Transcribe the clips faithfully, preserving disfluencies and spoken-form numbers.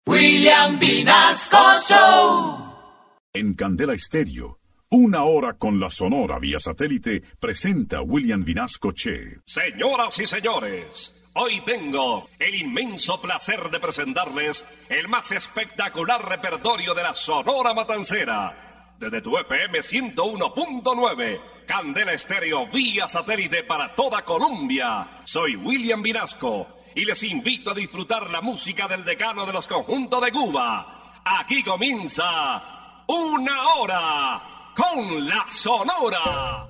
William Vinasco Show. En Candela Estéreo, una hora con la Sonora vía satélite, presenta William Vinasco Che. Señoras y señores, hoy tengo el inmenso placer de presentarles el más espectacular repertorio de la Sonora Matancera. Desde tu F M ciento uno punto nueve, Candela Estéreo vía satélite para toda Colombia. Soy William Vinasco y les invito a disfrutar la música del decano de los conjuntos de Cuba. Aquí comienza Una Hora con la Sonora.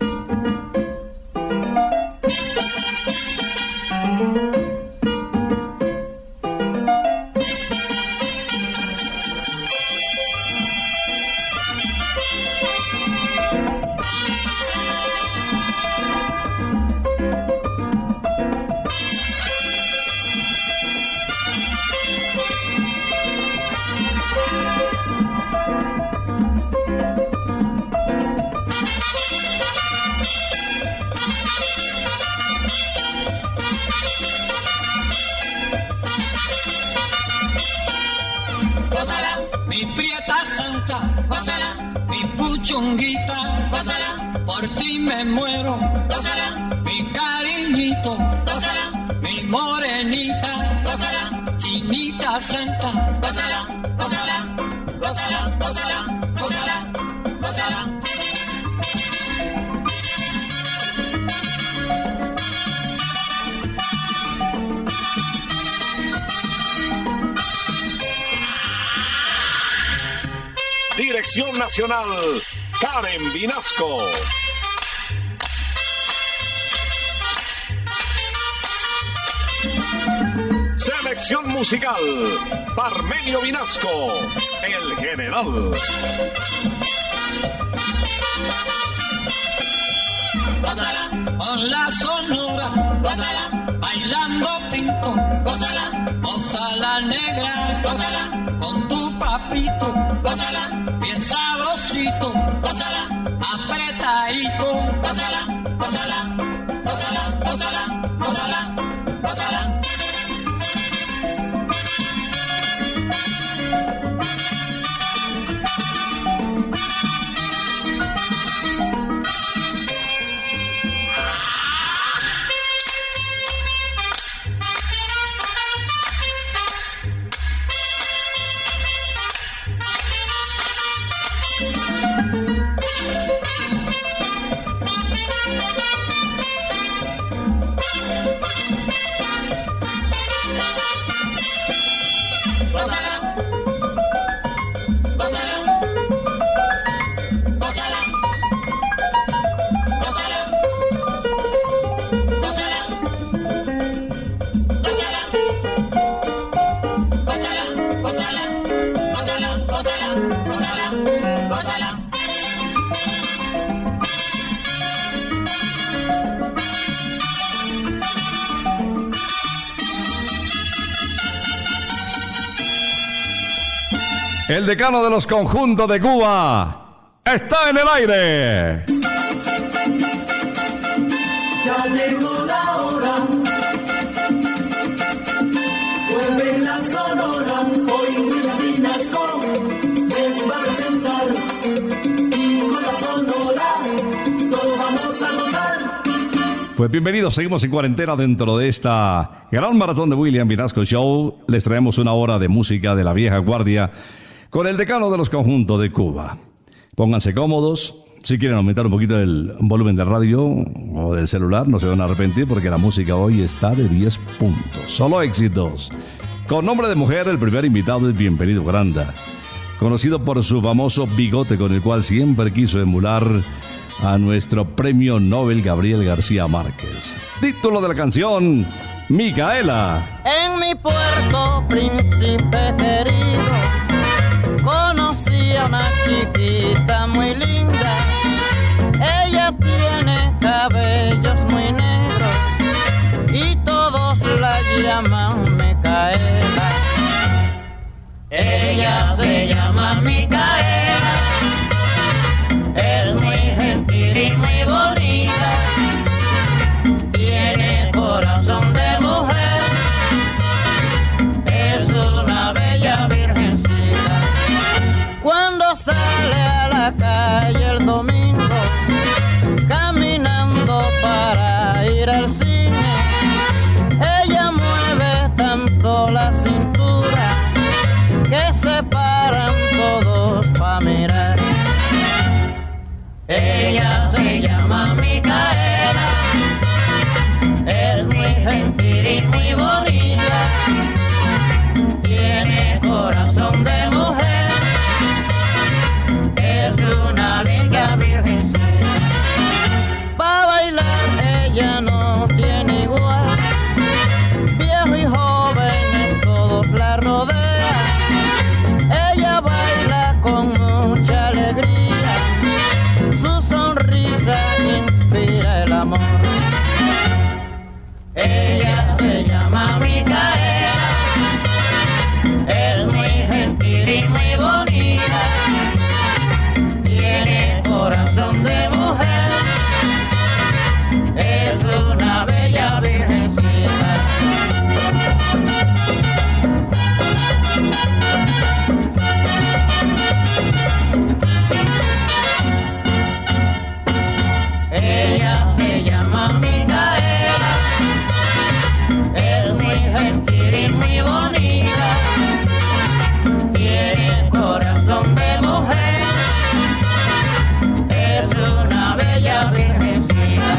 Gózala, mi prieta santa, gózala, mi puchunguita, gózala, por ti me muero, gózala, mi cariñito, gózala, mi morenita, gózala, chinita santa, gózala, gózala, gózala, gózala, gózala, gózala. Dirección Nacional, Karen Vinasco. Selección musical, Parmenio Vinasco, el general. Gózala, con la Sonora, gózala, bailando pinto, gózala, gózala negra, gózala, con tu papito, gózala, bien sabrosito, gózala, apretadito, gózala, gózala, gózala, gózala, gózala, gózala. El decano de los conjuntos de Cuba está en el aire. Ya llegó la hora. Vuelve la Sonora. Hoy William Vinasco les va a presentar. Y con la Sonora todos vamos a gozar. Pues bienvenidos, seguimos en cuarentena dentro de esta gran maratón de William Vinasco Show. Les traemos una hora de música de la vieja guardia con el decano de los conjuntos de Cuba. Pónganse cómodos. Si quieren aumentar un poquito el volumen del radio o del celular, no se van a arrepentir porque la música hoy está de diez puntos. Solo éxitos. Con nombre de mujer, el primer invitado es Bienvenido Granda, conocido por su famoso bigote con el cual siempre quiso emular a nuestro premio Nobel Gabriel García Márquez. Título de la canción, Micaela. En mi puerto, príncipe querido, conocí a una chiquita muy linda. Ella tiene cabellos muy negros y todos la llaman Micaela. Ella se llama Micaela, es muy gentil y muy bonita, tiene corazón de mujer, es una bella virgen. la calle el domingo, caminando para ir al cine. Ella mueve tanto la cintura que se paran todos pa' mirar. Ella se llama Micaela, es muy gentil y muy bonita, tiene corazón de mujer, es una linda virgencita. Pa' bailar ella no tiene igual, viejo y jóvenes todos la rodean. Ella baila con mucha alegría, su sonrisa inspira el amor. Ella se llama Micaela, es muy gentil y muy bonita, tiene corazón de mujer, es una bella virgencita. Ella se llama Micaela, es muy gentil y muy bonita, tiene corazón de mujer, es una bella virgencita.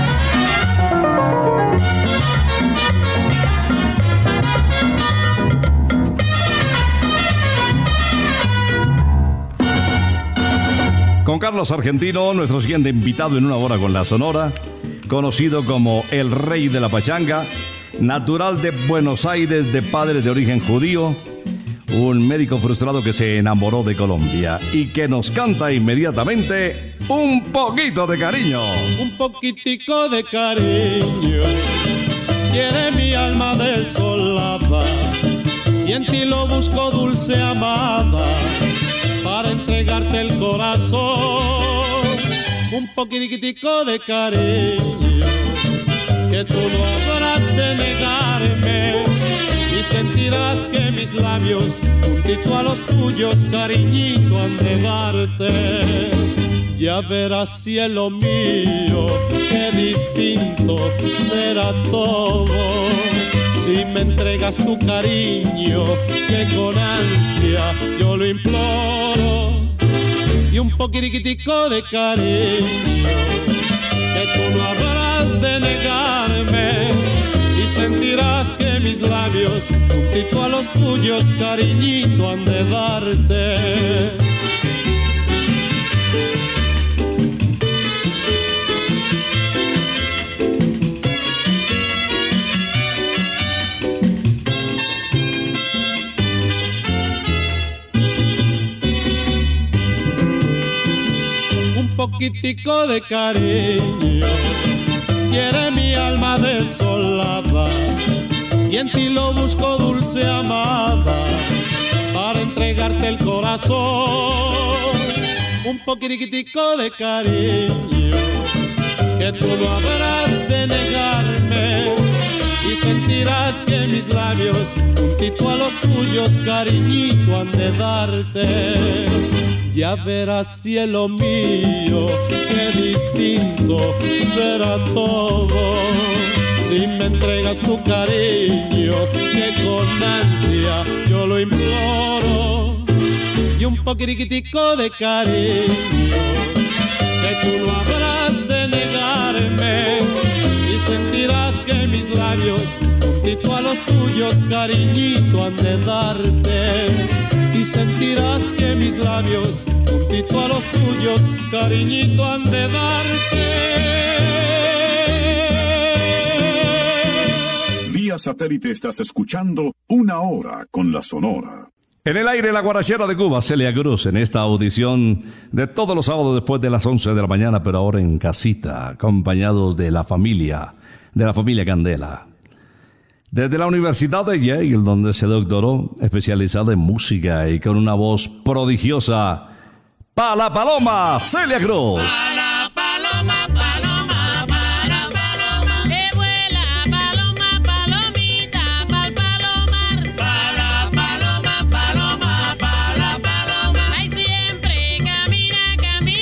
Con Carlos Argentino, nuestro siguiente invitado en Una Hora con la Sonora, conocido como el Rey de la Pachanga, natural de Buenos Aires, de padres de origen judío, un médico frustrado que se enamoró de Colombia y que nos canta inmediatamente Un Poquito de Cariño. Un poquitico de cariño quiere mi alma desolada, y en ti lo busco, dulce amada, para entregarte el corazón. Un poquitico de cariño que tú no habrás de negarme, y sentirás que mis labios juntito a los tuyos, cariñito, han de darte. Ya verás, cielo mío, qué distinto será todo si me entregas tu cariño, que con ansia yo lo imploro. Y un poquitico de cariño que tú no habrás de negarme, y sentirás que mis labios juntito a los tuyos, cariñito, han de darte. Poquitico de cariño quiere mi alma desolada, y en ti lo busco, dulce amada, para entregarte el corazón. Un poquitico de cariño que tú no habrás de negarme, y sentirás que mis labios juntito a los tuyos, cariñito, han de darte. Ya verás, cielo mío, qué distinto será todo si me entregas tu cariño, que con ansia yo lo imploro. Y un poquitico de cariño que tú no habrás de negarme, y sentirás que mis labios juntito a los tuyos, cariñito, han de darte. Y sentirás que mis labios juntito a los tuyos, cariñito, han de darte. Vía satélite estás escuchando Una Hora con la Sonora. En el aire, la guarachera de Cuba, Celia Cruz, en esta audición de todos los sábados después de las once de la mañana, pero ahora en casita, acompañados de la familia, de la familia Candela. Desde la Universidad de Yale, donde se doctoró, especializada en música y con una voz prodigiosa, ¡pa la paloma, Celia Cruz! Pa la paloma, paloma, pa la paloma, que vuela paloma, palomita, pa'l palomar. Pa la paloma, paloma, pa la paloma, ay siempre camina, camina.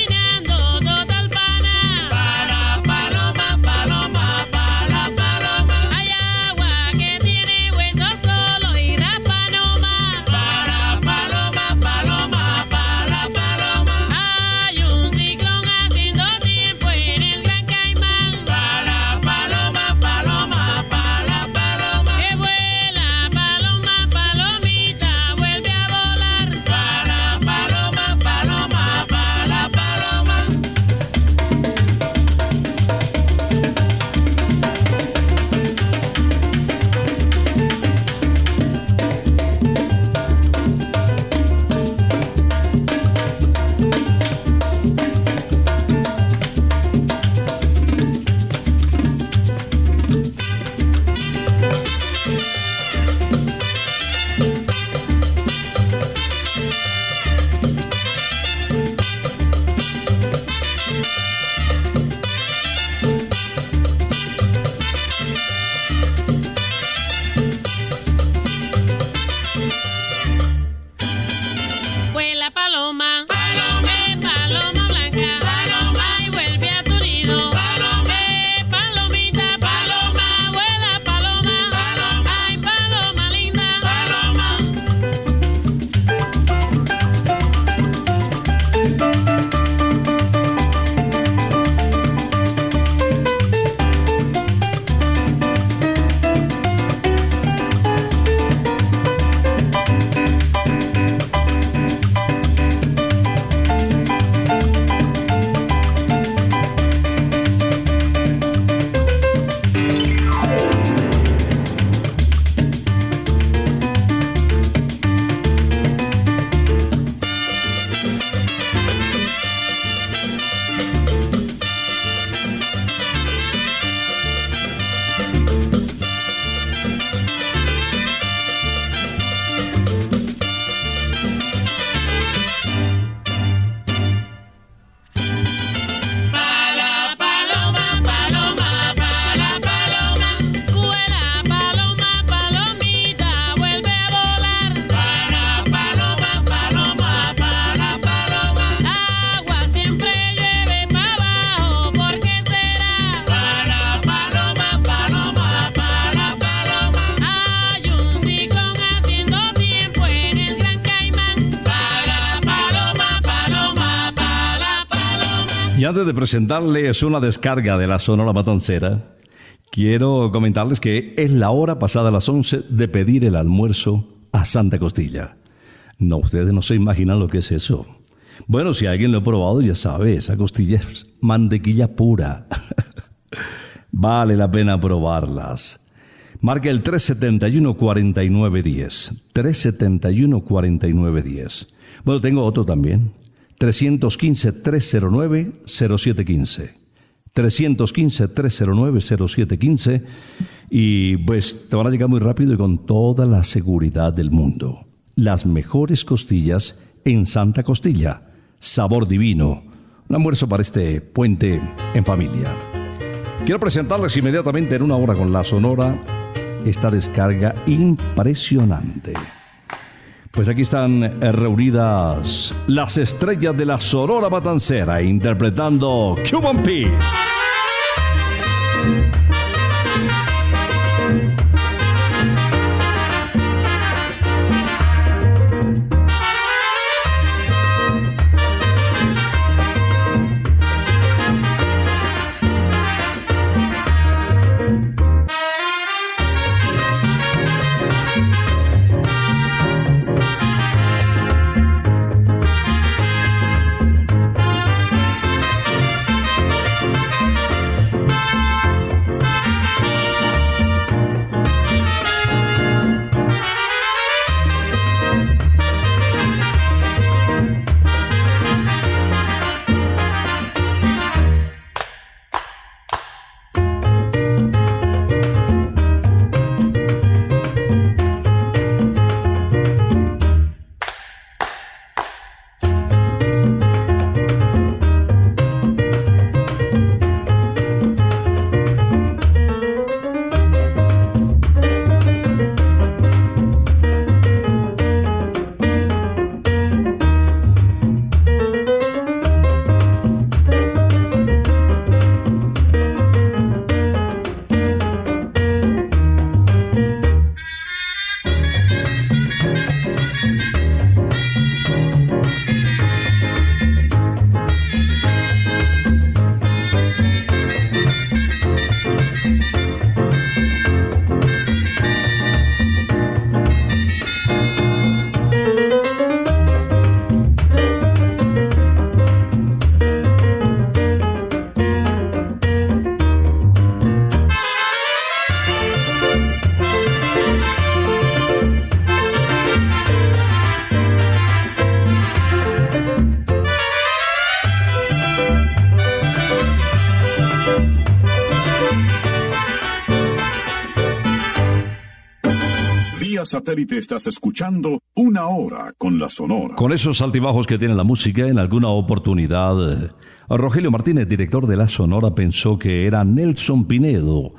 Y antes de presentarles una descarga de la Sonora Matancera, quiero comentarles que es la hora pasada las once de pedir el almuerzo a Santa Costilla. No, ustedes no se imaginan lo que es eso. Bueno, si alguien lo ha probado, ya sabe, esa costilla es mantequilla pura. Vale la pena probarlas. Marca el tres setenta y uno, cuarenta y nueve diez. tres setenta y uno, cuarenta y nueve diez. Bueno, tengo otro también. tres uno cinco, tres cero nueve, cero siete uno cinco. tres uno cinco, tres cero nueve, cero siete uno cinco. Y pues te van a llegar muy rápido y con toda la seguridad del mundo. Las mejores costillas en Santa Costilla. Sabor divino. Un almuerzo para este puente en familia. Quiero presentarles inmediatamente en una hora con la Sonora esta descarga impresionante. Pues aquí están reunidas las estrellas de la Sonora Matancera interpretando Cuban Peace. Satélite estás escuchando Una Hora con la Sonora. Con esos altibajos que tiene la música, en alguna oportunidad, Rogelio Martínez, director de la Sonora, pensó que era Nelson Pinedo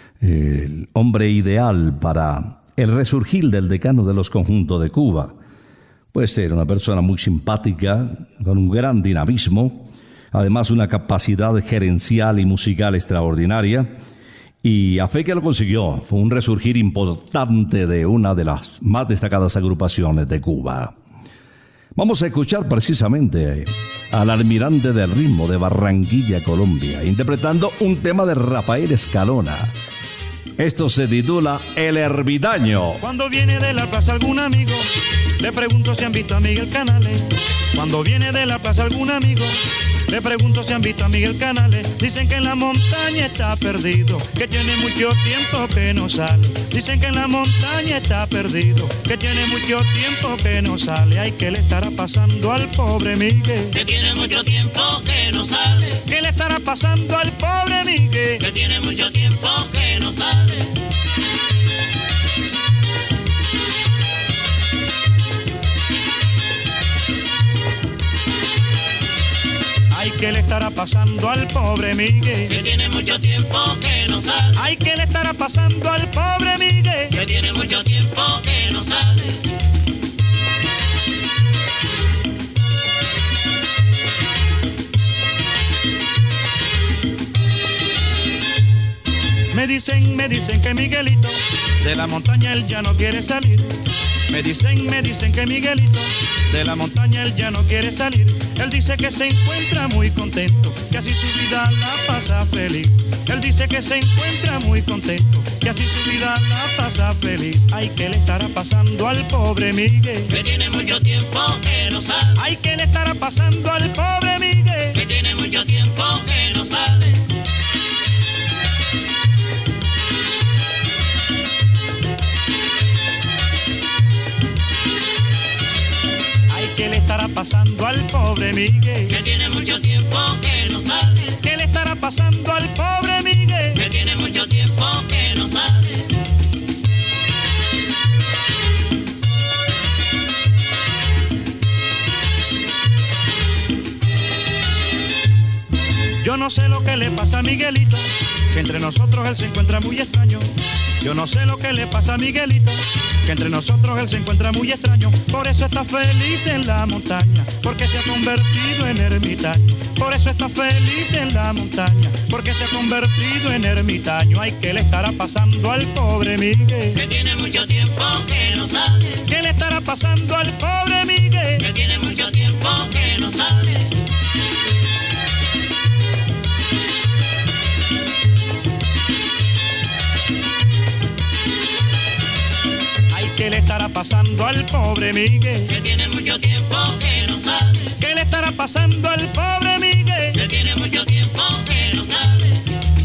el hombre ideal para el resurgir del decano de los conjuntos de Cuba. Pues era una persona muy simpática, con un gran dinamismo, además una capacidad gerencial y musical extraordinaria. Y a fe que lo consiguió, fue un resurgir importante de una de las más destacadas agrupaciones de Cuba. Vamos a escuchar precisamente al almirante del ritmo de Barranquilla, Colombia, interpretando un tema de Rafael Escalona. Esto se titula El Ermitaño. Cuando viene de la plaza algún amigo, le pregunto si han visto a Miguel Canales. Cuando viene de la plaza algún amigo, le pregunto si han visto a Miguel Canales. Dicen que en la montaña está perdido, que tiene mucho tiempo que no sale. Dicen que en la montaña está perdido, que tiene mucho tiempo que no sale. Ay, ¿qué le estará pasando al pobre Miguel? Que tiene mucho tiempo que no sale. ¿Qué le estará pasando al pobre Miguel? Que tiene mucho tiempo que no sale. Ay, ¿qué le estará pasando al pobre Miguel? Que tiene mucho tiempo que no sale. Ay, ¿qué le estará pasando al pobre Miguel? Que tiene mucho tiempo que no sale. Me dicen, me dicen que Miguelito de la montaña él ya no quiere salir. Me dicen, me dicen que Miguelito De la montaña él ya no quiere salir. Él dice que se encuentra muy contento, que así su vida la pasa feliz. Él dice que se encuentra muy contento, que así su vida la pasa feliz. Ay, ¿qué le estará pasando al pobre Miguel? Que tiene mucho tiempo que no sale. Ay, ¿qué le estará pasando al pobre Miguel? Que tiene mucho tiempo que no sale. ¿Qué le estará pasando al pobre Miguel? Que tiene mucho tiempo que no sale. ¿Qué le estará pasando al pobre Miguel? Que tiene mucho tiempo que no sale. Yo no sé lo que le pasa a Miguelito, que entre nosotros él se encuentra muy extraño. Yo no sé lo que le pasa a Miguelito, que entre nosotros él se encuentra muy extraño. Por eso está feliz en la montaña, porque se ha convertido en ermitaño. Por eso está feliz en la montaña, porque se ha convertido en ermitaño. Ay, ¿qué le estará pasando al pobre Miguel? Que tiene mucho tiempo que no sale. ¿Qué le estará pasando al pobre Miguel? Que tiene mucho tiempo que no sale. ¿Qué le estará pasando al pobre Miguel? Que tiene mucho tiempo que no sale. ¿Qué le estará pasando al pobre Miguel? Que tiene mucho tiempo que no sale.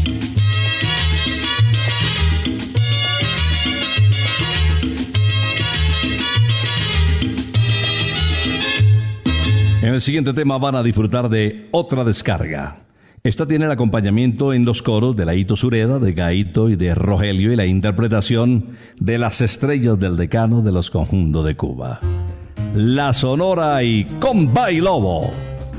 En el siguiente tema van a disfrutar de Otra Descarga. Esta tiene el acompañamiento en los coros de Laito Sureda, de Gaito y de Rogelio y la interpretación de las estrellas del decano de los conjuntos de Cuba. La Sonora y Compay Lobo.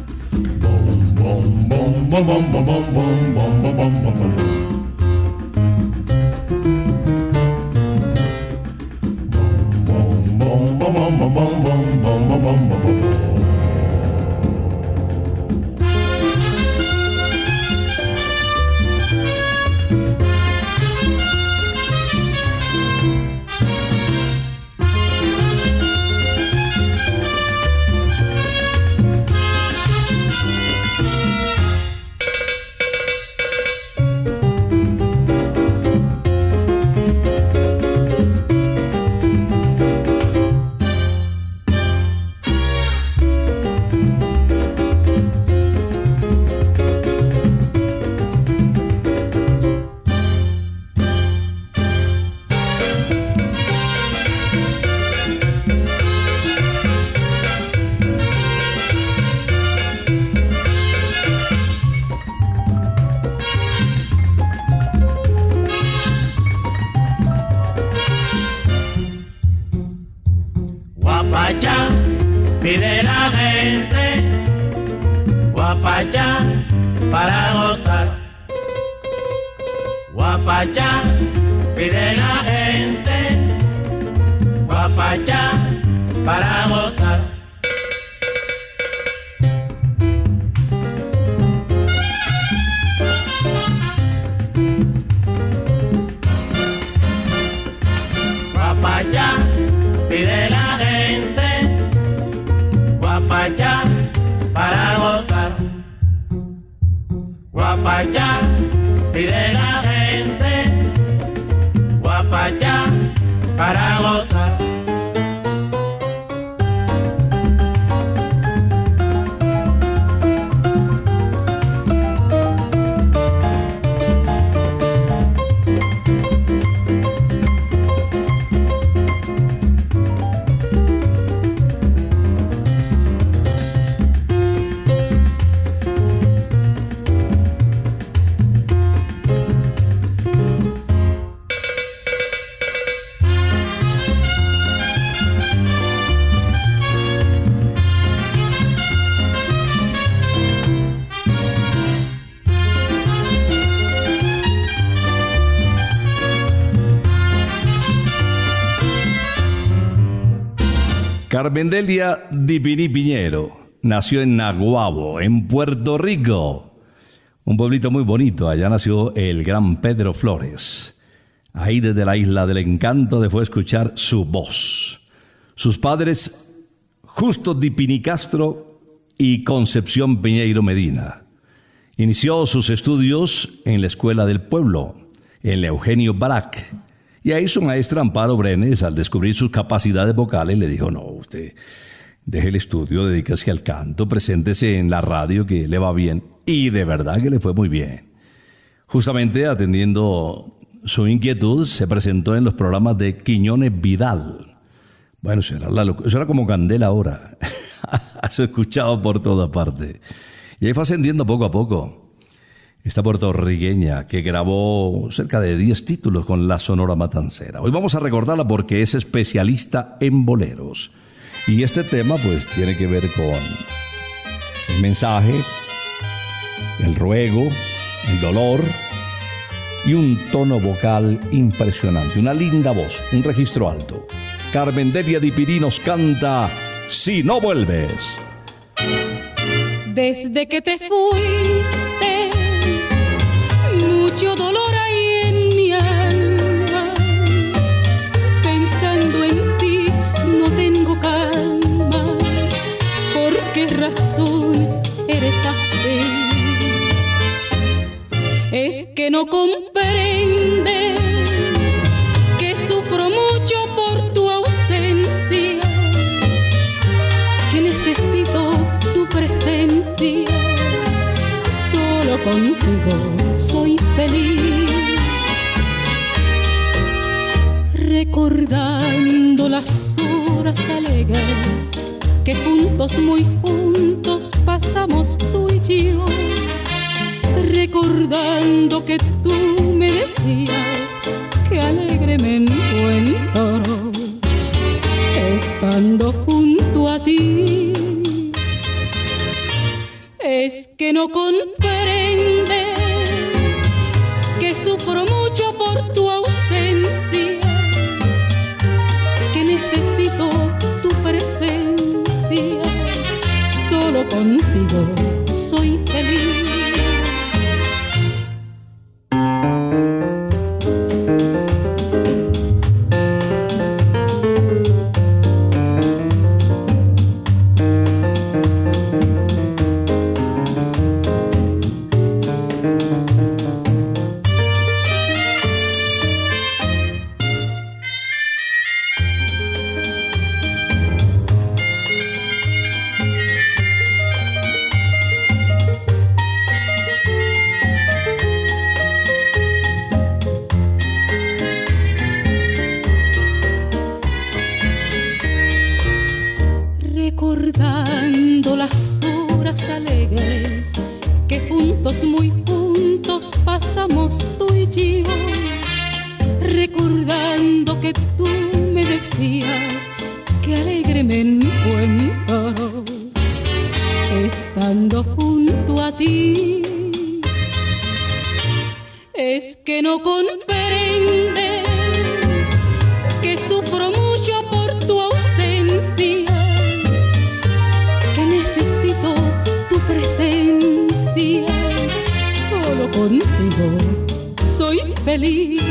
Guapachá, pide la gente, guapachá, para gozar. Guapachá, pide la gente, guapachá, para gozar. Guapachá, pide la gente, guapachá, para gozar. Guapachá, pide la gente, guapachá, para gozar. Carmen Delia Dipini Piñero nació en Naguabo, en Puerto Rico, un pueblito muy bonito. Allá nació el gran Pedro Flores. Ahí desde la Isla del Encanto dejó escuchar su voz. Sus padres, Justo Di Pinicastro y Concepción Piñeiro Medina. Inició sus estudios en la Escuela del Pueblo, en la Eugenio Barak, y ahí su maestra Amparo Brenes, al descubrir sus capacidades vocales, le dijo: no, usted deje el estudio, dedíquese al canto, preséntese en la radio que le va bien. Y de verdad que le fue muy bien. Justamente atendiendo su inquietud, se presentó en los programas de Quiñones Vidal. Bueno, eso era, la loc- eso era como candela ahora. Se escuchaba por toda parte. Y ahí fue ascendiendo poco a poco. Esta puertorriqueña que grabó cerca de diez títulos con la Sonora Matancera. Hoy vamos a recordarla porque es especialista en boleros. Y este tema pues tiene que ver con el mensaje, el ruego, el dolor y un tono vocal impresionante. Una linda voz, un registro alto. Carmen Delia Di Pirí nos canta Si no vuelves. Desde que te fuiste, mucho dolor hay en mi alma. Pensando en ti no tengo calma. ¿Por qué razón eres así? Es que no comprendes que sufro mucho por tu ausencia, que necesito tu presencia. Solo contigo soy feliz, recordando las horas alegres que juntos, muy juntos pasamos tú y yo. Recordando que tú me decías que alegre me encuentro estando junto a ti. Es que no comprendes que sufro mucho por tu ausencia, que necesito tu presencia. Solo contigo soy feliz. Recordando las horas alegres que juntos, muy juntos pasamos tú y yo. Recordando que tú me decías que alegre me encuentro estando junto a ti. Es que no comprendes que sufro mucho por tu ausencia, que necesito tu presencia. Solo contigo soy feliz.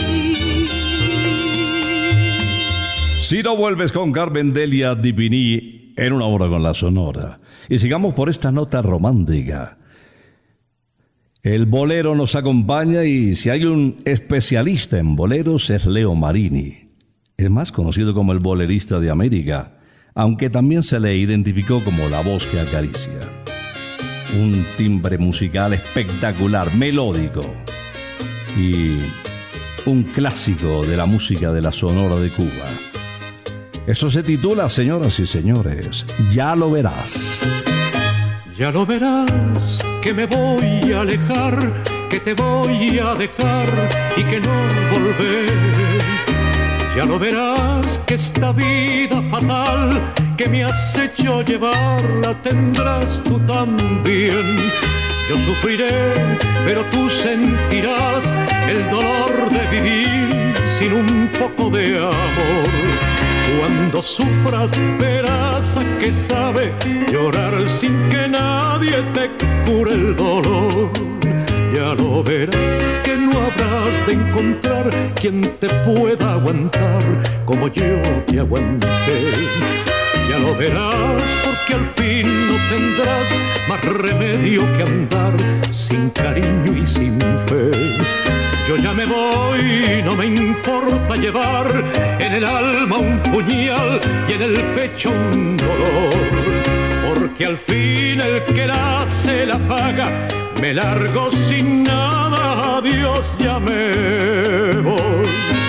Si no vuelves, con Carmen Delia Di Pirí en Una Hora con la Sonora. Y sigamos por esta nota romántica. El bolero nos acompaña y si hay un especialista en boleros es Leo Marini. Es más conocido como el bolerista de América, aunque también se le identificó como la voz que acaricia. Un timbre musical espectacular, melódico y un clásico de la música de la Sonora de Cuba. Eso se titula, señoras y señores, Ya lo verás. Ya lo verás, que me voy a alejar, que te voy a dejar y que no volver. Ya lo verás, que esta vida fatal que me has hecho llevar la tendrás tú también. Yo sufriré, pero tú sentirás el dolor de vivir sin un poco de amor. Cuando sufras verás a qué sabe llorar sin que nadie te cure el dolor. Ya lo verás, que no habrás de encontrar quien te pueda aguantar como yo te aguanté. Ya lo verás porque al fin no tendrás más remedio que andar sin cariño y sin fe. Yo ya me voy, no me importa llevar en el alma un puñal y en el pecho un dolor, porque al fin el que la hace la paga. Me largo sin nada, adiós, ya me voy.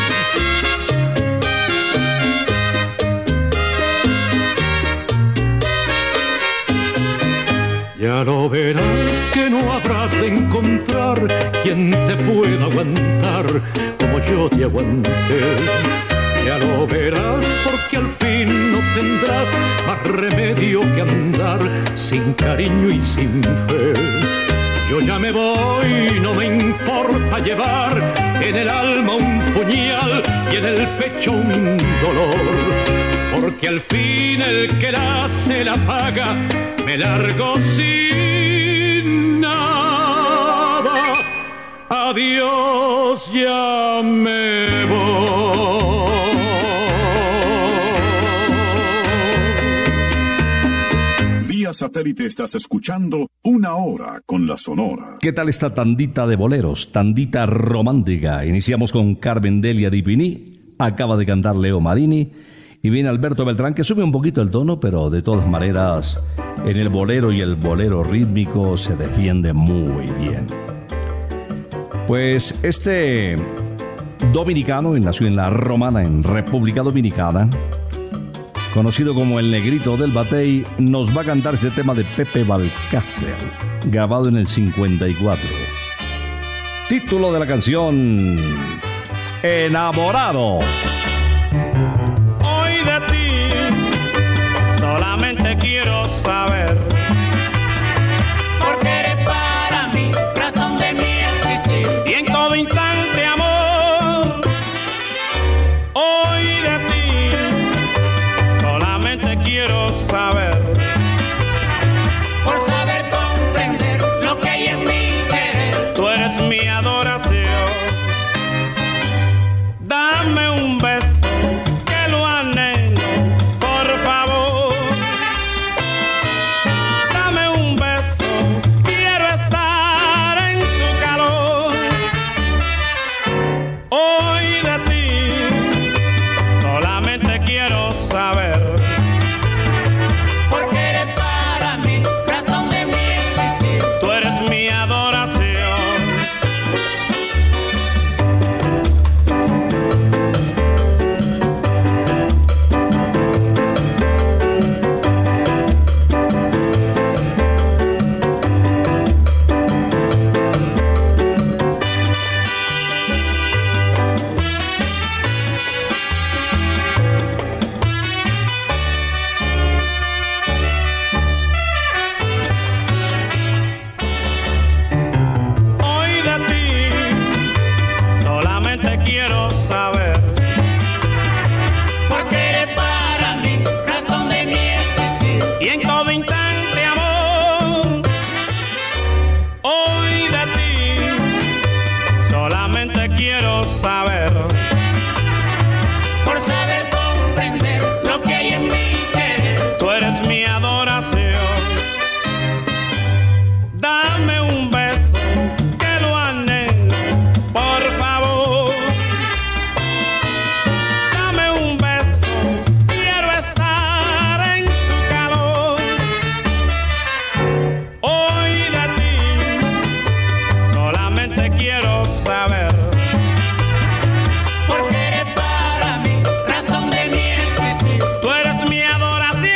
Ya lo verás que no habrás de encontrar quien te pueda aguantar como yo te aguanté. Ya lo verás porque al fin no tendrás más remedio que andar sin cariño y sin fe. Yo ya me voy, no me importa llevar en el alma un puñal y en el pecho un dolor, porque al fin el que la hace la paga. Me largo sin nada, adiós, ya me voy. Vía satélite estás escuchando Una Hora con la Sonora. ¿Qué tal esta tandita de boleros, tandita romántica? Iniciamos con Carmen Delia Di Pini, acaba de cantar Leo Marini, y viene Alberto Beltrán, que sube un poquito el tono, pero de todas maneras, en el bolero y el bolero rítmico se defiende muy bien. Pues este dominicano nació en La Romana, en República Dominicana, conocido como el Negrito del Batey, nos va a cantar este tema de Pepe Valcárcel, grabado en el cincuenta y cuatro. Título de la canción: Enamorado. Hoy de ti solamente quiero saber, porque eres para mí razón de mi existir. y en todo instante, amor, hoy de ti solamente quiero saber, Por saber comprender lo que hay en mi querer. tú eres mi adoración. Dame un beso que lo anhelo, por favor. Dame un beso, quiero estar en tu calor. Hoy de ti solamente quiero saber, Porque eres para mí razón de mi existir. tú eres mi adoración. Hoy de ti solamente quiero saber, Porque eres para mí razón de mi existir. y en todo instante, amor, hoy de ti solamente quiero saber, Por saber comprender lo que hay en mi querer. tú eres mi adoración. Dame un beso que lo anhelo, por favor. Dame un beso, quiero estar en tu calor. Hoy de ti solamente quiero saber, Porque eres para mí razón de mi existir. tú eres mi adoración.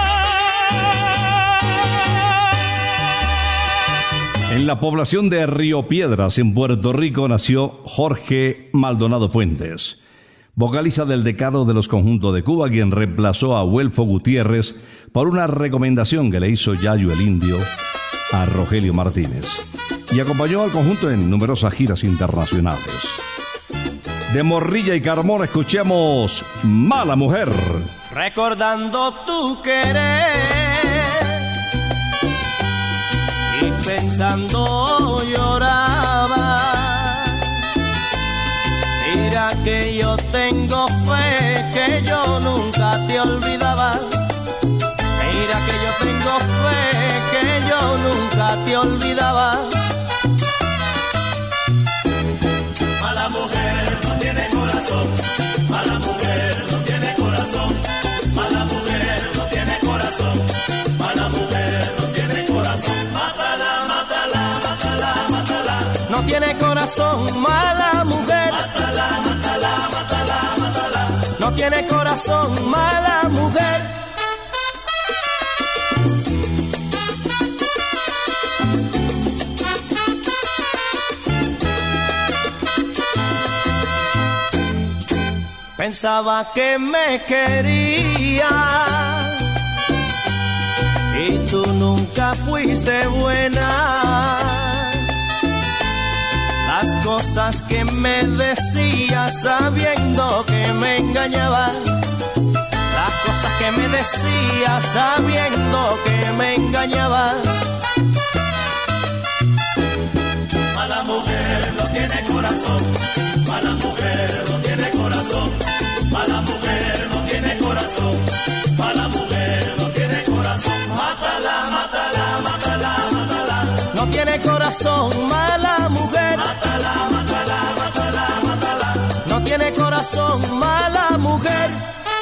En la población de Río Piedras, en Puerto Rico, nació Jorge Maldonado Fuentes, vocalista del decano de los conjuntos de Cuba, quien reemplazó a Huelfo Gutiérrez por una recomendación que le hizo Yayo el Indio a Rogelio Martínez, y acompañó al conjunto en numerosas giras internacionales. De Morrilla y Carmona escuchemos Mala Mujer. Recordando tu querer y pensando lloraba. Mira que yo tengo fe, que yo nunca te olvidaba. tengo fe que yo nunca te olvidaba. Mala mujer no tiene corazón, mala mujer no tiene corazón, mala mujer no tiene corazón, mala mujer no tiene corazón. Mátala, mátala, mátala, mátala. No tiene corazón, mala mujer. Mátala, mátala, mátala, mátala. No tiene corazón, mala mujer. Pensaba que me quería y tú nunca fuiste buena. Las cosas que me decías sabiendo que me engañabas, las cosas que me decías sabiendo que me engañabas. Mala mujer no tiene corazón, mala mujer no tiene corazón, mala mujer no tiene corazón, mala mujer no tiene corazón. Mátala, mátala, mátala, mátala. No tiene corazón, mala mujer. Mátala, mátala, mátala, mátala. No tiene corazón, mala mujer.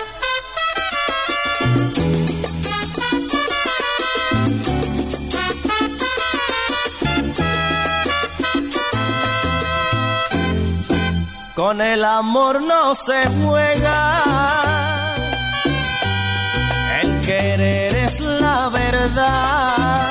Con el amor no se juega, el querer es la verdad.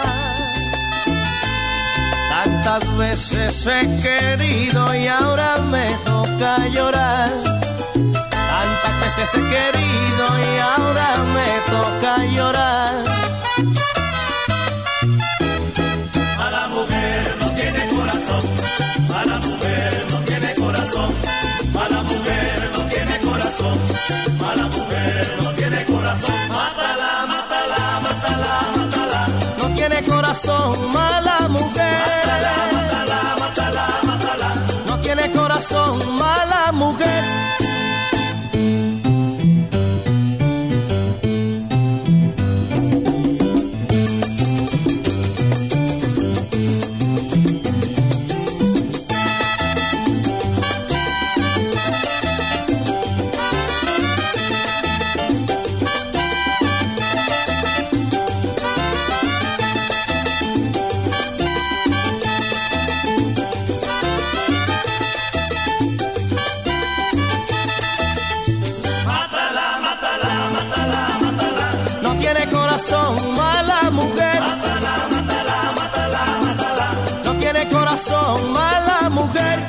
Tantas veces he querido y ahora me toca llorar. Tantas veces he querido y ahora me toca llorar. Mala mujer no tiene corazón, mala mujer no tiene corazón, mala mujer no tiene corazón, mala mujer no tiene corazón. Mátala, mátala, mátala, mátala. No tiene corazón, mala mujer. Mátala, mátala, mátala, mátala. No tiene corazón, mala mujer. Mala mujer. Mátala, mátala, mátala, mátala. No tiene corazón, mala mujer.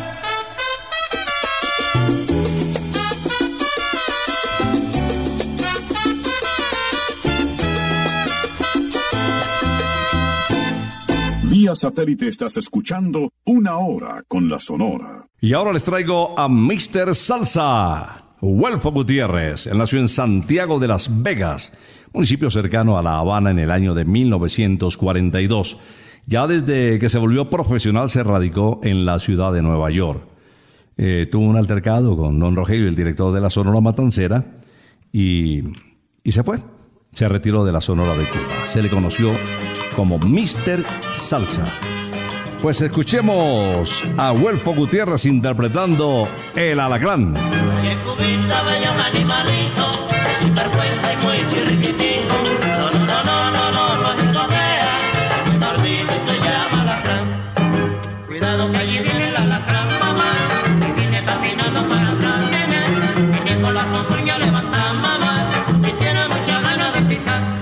Vía satélite estás escuchando Una Hora con la Sonora. Y ahora les traigo a mister Salsa. Huelfo Gutiérrez, él nació en Santiago de las Vegas, municipio cercano a La Habana, en el año de mil novecientos cuarenta y dos. Ya desde que se volvió profesional se radicó en la ciudad de Nueva York. Eh, tuvo un altercado con don Rogelio, el director de la Sonora Matancera, y, y se fue. Se retiró de la Sonora de Cuba. Se le conoció como mister Salsa. Pues escuchemos a Huelfo Gutiérrez interpretando El Alacrán. Y en Cubita veía un animalito, sin vergüenza y muy chirriquitito. No, no, no, no, no, no, no, no, no vea, un tardito y se llama alacrán. Cuidado que allí viene el alacrán, mamá, y viene caminando para atrás, nene, viene con la ponzoña levantada, mamá, y tiene mucha ganas de picar.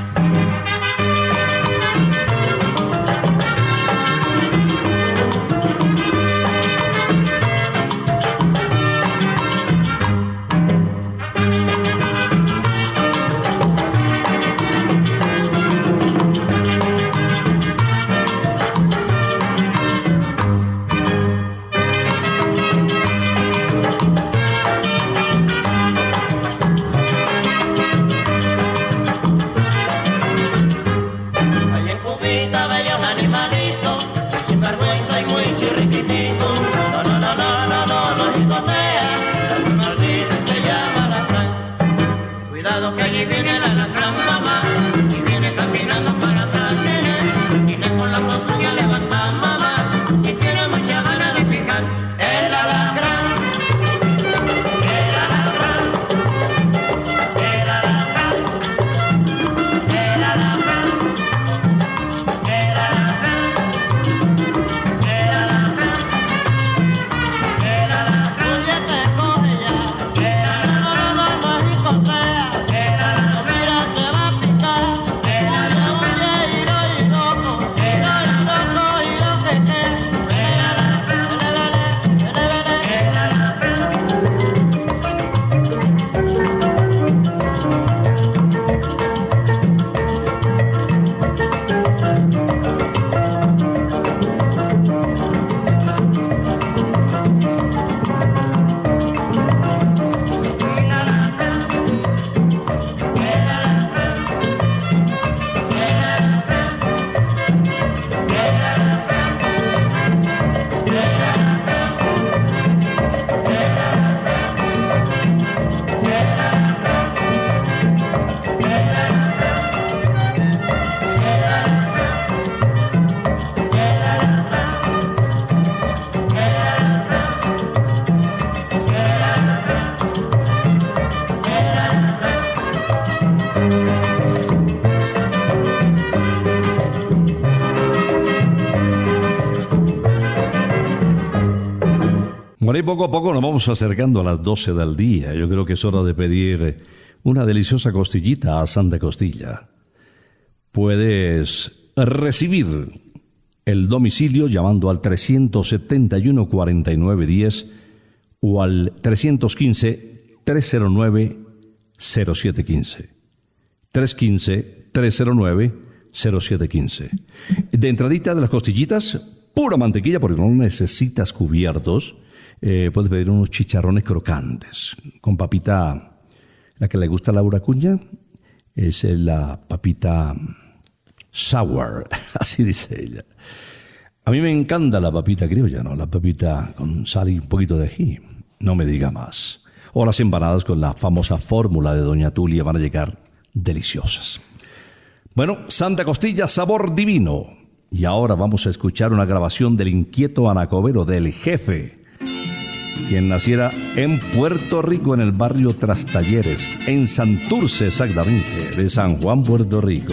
Bueno, y poco a poco nos vamos acercando a las doce del día. Yo creo que es hora de pedir una deliciosa costillita a Santa Costilla. Puedes recibir el domicilio llamando al trescientos setenta y uno, cuarenta y nueve, diez o al trescientos quince, trescientos nueve, cero siete quince. trescientos quince, trescientos nueve, cero siete quince. De entradita de las costillitas, pura mantequilla porque no necesitas cubiertos. Eh, puedes pedir unos chicharrones crocantes con papita, la que le gusta a Laura Acuña es la papita sour, así dice ella. A mí me encanta la papita criolla, ¿no? La papita con sal y un poquito de ají, no me diga más. O las empanadas con la famosa fórmula de Doña Tulia van a llegar deliciosas. Bueno, Santa Costilla, sabor divino. Y ahora vamos a escuchar una grabación del inquieto anacobero, del Jefe, quien naciera en Puerto Rico, en el barrio Trastalleres, en Santurce exactamente, de San Juan, Puerto Rico.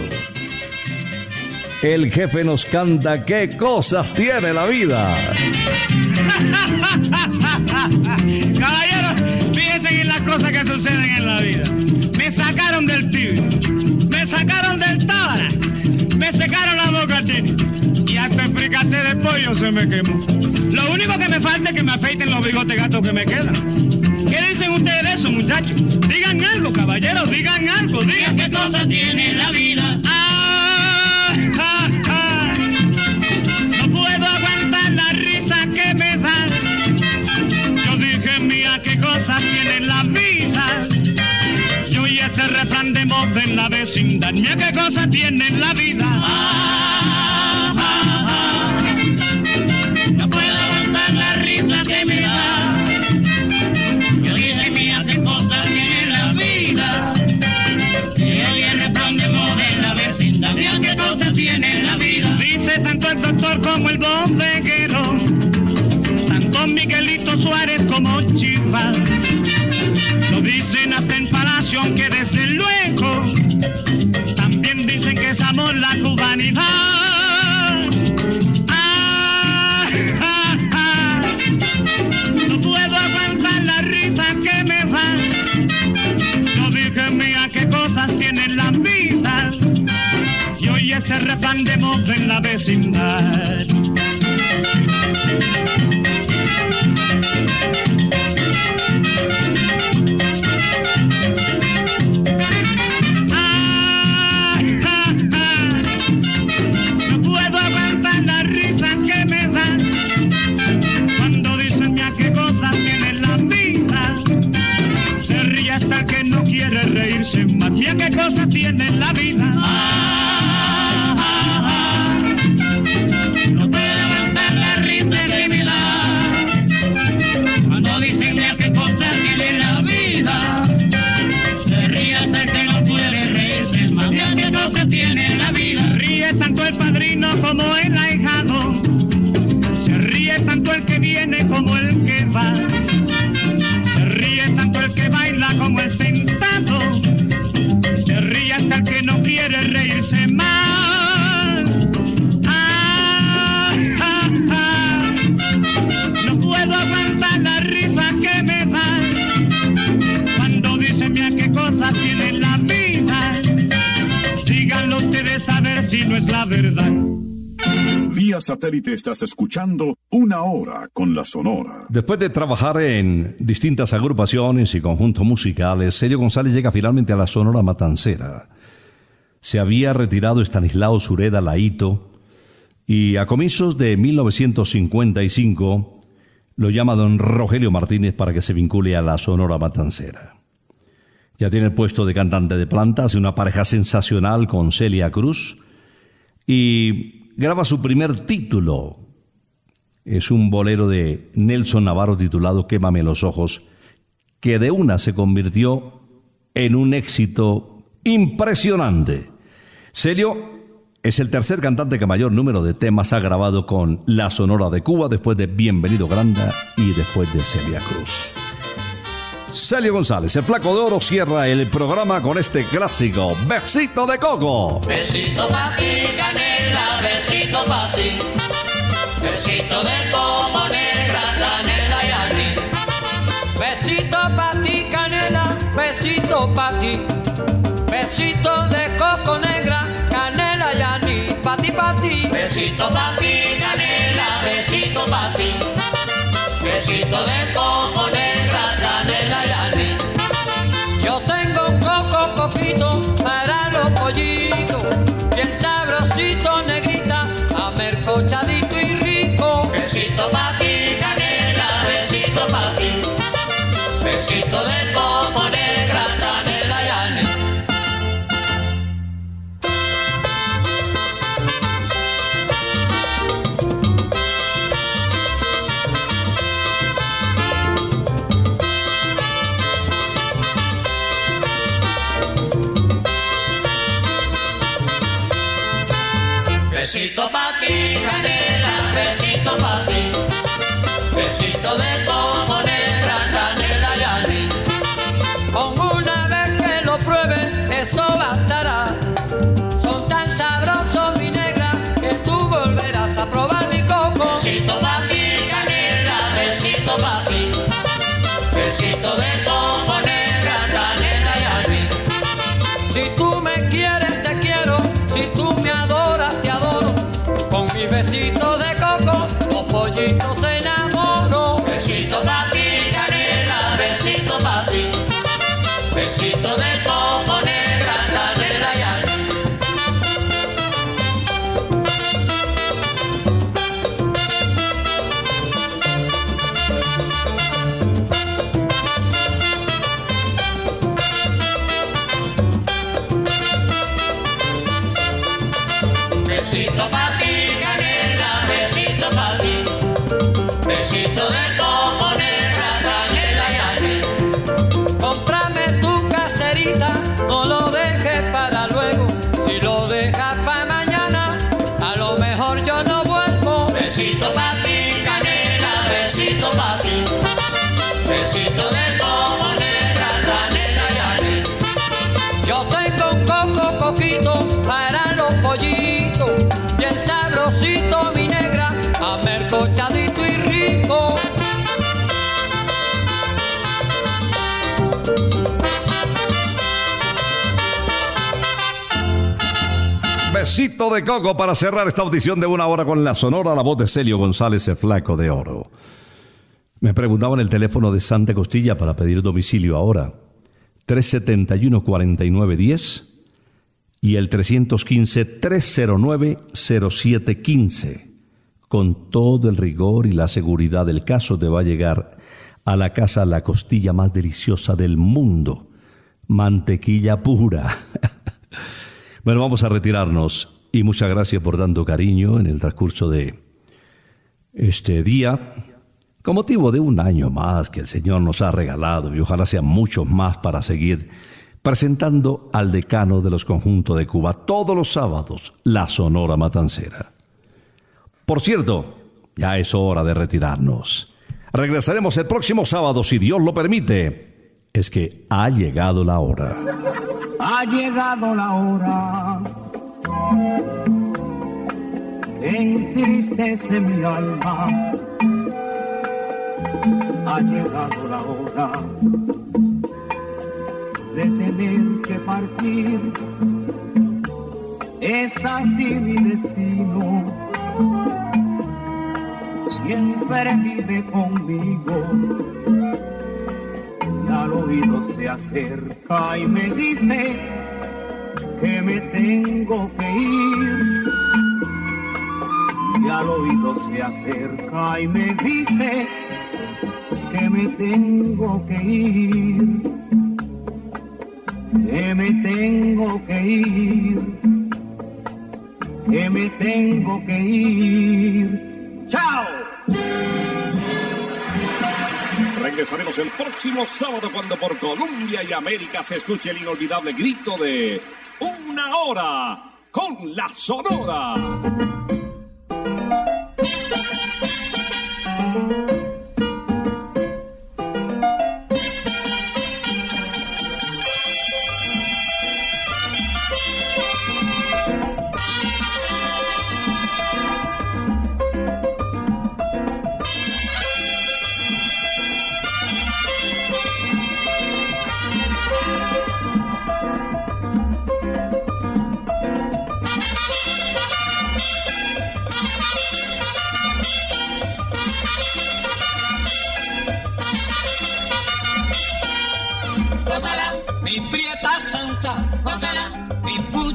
El Jefe nos canta qué cosas tiene la vida. Caballero, fíjense en las cosas que suceden en la vida. Me sacaron del tibio, me sacaron del tábara, me secaron la boca tibio, y hasta el fricase de pollo se me quemó. Lo único que me falta es que me afeiten los bigotes gatos que me quedan. ¿Qué dicen ustedes de eso, muchachos? Digan algo, caballeros, digan algo, digan qué cosas tiene la vida. Ah, ah, ah. No puedo aguantar la risa que me da. Yo dije, mira qué cosas tiene la vida. Yo y ese refrán de moda en la vecindad. Mira qué cosas tiene la vida. Ah, ah, ah. No puedo aguantar la risa que me da. Yo dije, mira qué cosas tiene la vida. Y hoy el refrán de moda en la vecindad. Mira qué cosas tiene la vida. Dice tanto el doctor como el bodeguero, tanto Miguelito Suárez como Chivas. Lo dicen hasta en Palacio, aunque desde luego también dicen que es amor la cubanidad. Ah, ah, ah. No puedo aguantar la risa que me da. Yo dije, mira qué cosas tienen la vida. Y hoy ese refrán de moda en la vecindad. Reírse más, mira qué cosas tiene la vida. Ah, ah, ah. No puedo aguantar la risa que me da cuando dicen mira qué cosas tiene la vida. Se ríe hasta el que no puede reírse más, mira qué cosas tiene la vida. Ríe tanto el padrino como el ahijado, se ríe tanto el que viene como el que va. Se ríe tanto el que baila como el sentado, se ríe hasta el que no quiere reírse más. Ah, ah, ah. No puedo aguantar la risa que me da cuando dicen mira qué cosas tiene la vida. Díganlo ustedes a ver si no es la verdad. Vía satélite estás escuchando Una Hora con la Sonora. Después de trabajar en distintas agrupaciones y conjuntos musicales, Celio González llega finalmente a la Sonora Matancera. Se había retirado Estanislao Sureda Laíto y a comienzos de mil novecientos cincuenta y cinco lo llama don Rogelio Martínez para que se vincule a la Sonora Matancera. Ya tiene el puesto de cantante de planta, hace una pareja sensacional con Celia Cruz y graba su primer título. Es un bolero de Nelson Navarro titulado Quémame los ojos, que de una se convirtió en un éxito impresionante. Celio es el tercer cantante que mayor número de temas ha grabado con la Sonora de Cuba, después de Bienvenido Granda y después de Celia Cruz. Celio González, el Flaco de Oro, cierra el programa con este clásico, Besito de Coco. Besito pa' ti, canela, besito pa' ti. Besito de coco, negra, canela y anís. pa' ti, pa' ti. Besito pa' ti, canela, besito pa' ti. Besito de coco, negra, canela y anís. Yo tengo un coco coquito para los pollitos, bien sabrosito, negrita, amercochadito y rico. Besito pa' ti, canela, besito pa' ti. Besito de coco, negra, canela y anís. Besito pa' ti, canela, besito pa' ti. Besito de coco, negra, canela y anís. Con una vez que lo prueben, eso bastará. Son tan sabrosos, mi negra, que tú volverás a probar mi coco. Besito pa' ti, canela, besito pa' ti. Besito de coco, negra, canela y anís. Si tú me quieres, te quiero. Si tú me adoras, te adoro. Con mi besito de coco, los pollitos se enamoran. Besito pa' ti, canela, besito pa' ti. Besito de coco, negra, canela y anís. Besito pa' ti, canela, besito pa' ti. Besito de coco, negra, canela y anís. Cómprame tu caserita, no lo dejes para luego. Si lo dejas para mañana, a lo mejor yo no vuelvo. Besito pa' ti, canela, besito pa' ti. Besito de coco, negra, canela y anís. Yo tengo un coco coquito para los pollitos, bien sabrosito, mi negra, amercochadito y rico. Besito de coco para cerrar esta audición de una hora con la Sonora, la voz de Celio González, el flaco de oro. Me preguntaban el teléfono de Santa Costilla para pedir domicilio ahora. tres setenta y uno, cuarenta y nueve diez y el tres uno cinco, tres cero nueve, cero siete uno cinco. Con todo el rigor y la seguridad del caso te va a llegar a la casa la costilla más deliciosa del mundo. Mantequilla pura. Bueno, vamos a retirarnos y muchas gracias por tanto cariño en el transcurso de este día, con motivo de un año más que el Señor nos ha regalado y ojalá sean muchos más para seguir presentando al decano de los conjuntos de Cuba todos los sábados, la Sonora Matancera. Por cierto, ya es hora de retirarnos. Regresaremos el próximo sábado si Dios lo permite. Es que ha llegado la hora. Ha llegado la hora que entristece mi alma. Ha llegado la hora de tener que partir. Es así mi destino. Siempre vive conmigo. Y al oído se acerca y me dice que me tengo que ir. Y al oído se acerca y me dice que me tengo que ir. Que me tengo que ir. Que me tengo que ir. ¡Chao! Regresaremos el próximo sábado cuando por Colombia y América se escuche el inolvidable grito de Una Hora con la Sonora.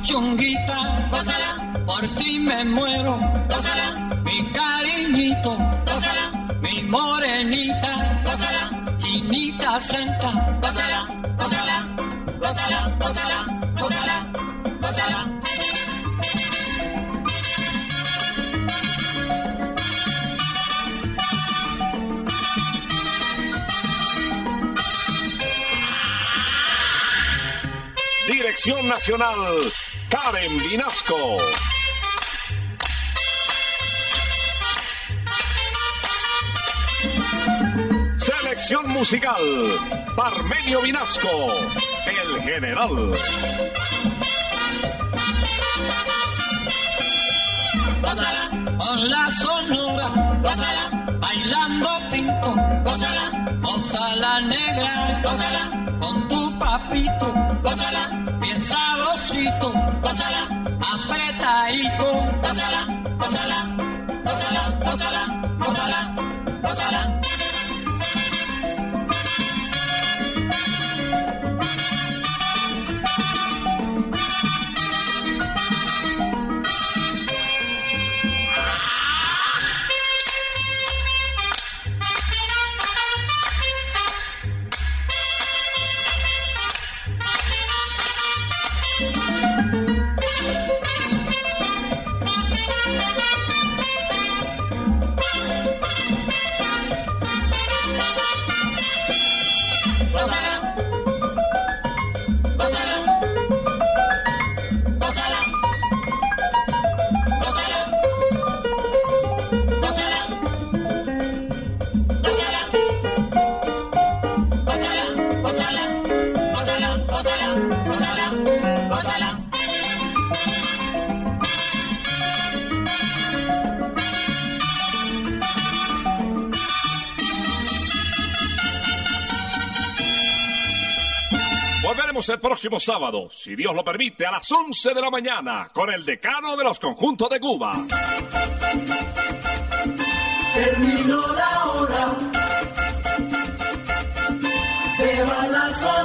chunguita, gózala, por ti me muero, gózala, mi cariñito, gózala, mi morenita, gózala, chinita santa, gózala, gózala, gózala, gózala, gózala, gózala. Dirección Nacional, Karen Vinasco. Selección musical, Parmenio Vinasco, el general. Gózala, con la sonora, gózala, bailando pinto, gózala, gózala negra, gózala, con tu papito, gózala, bien sabrosito, gózala, apretadito, gózala, gózala, gózala, gózala, gózala, gózala. Volveremos el próximo sábado, si Dios lo permite, a las once de la mañana, con el decano de los conjuntos de Cuba. Terminó la hora, se va la sola.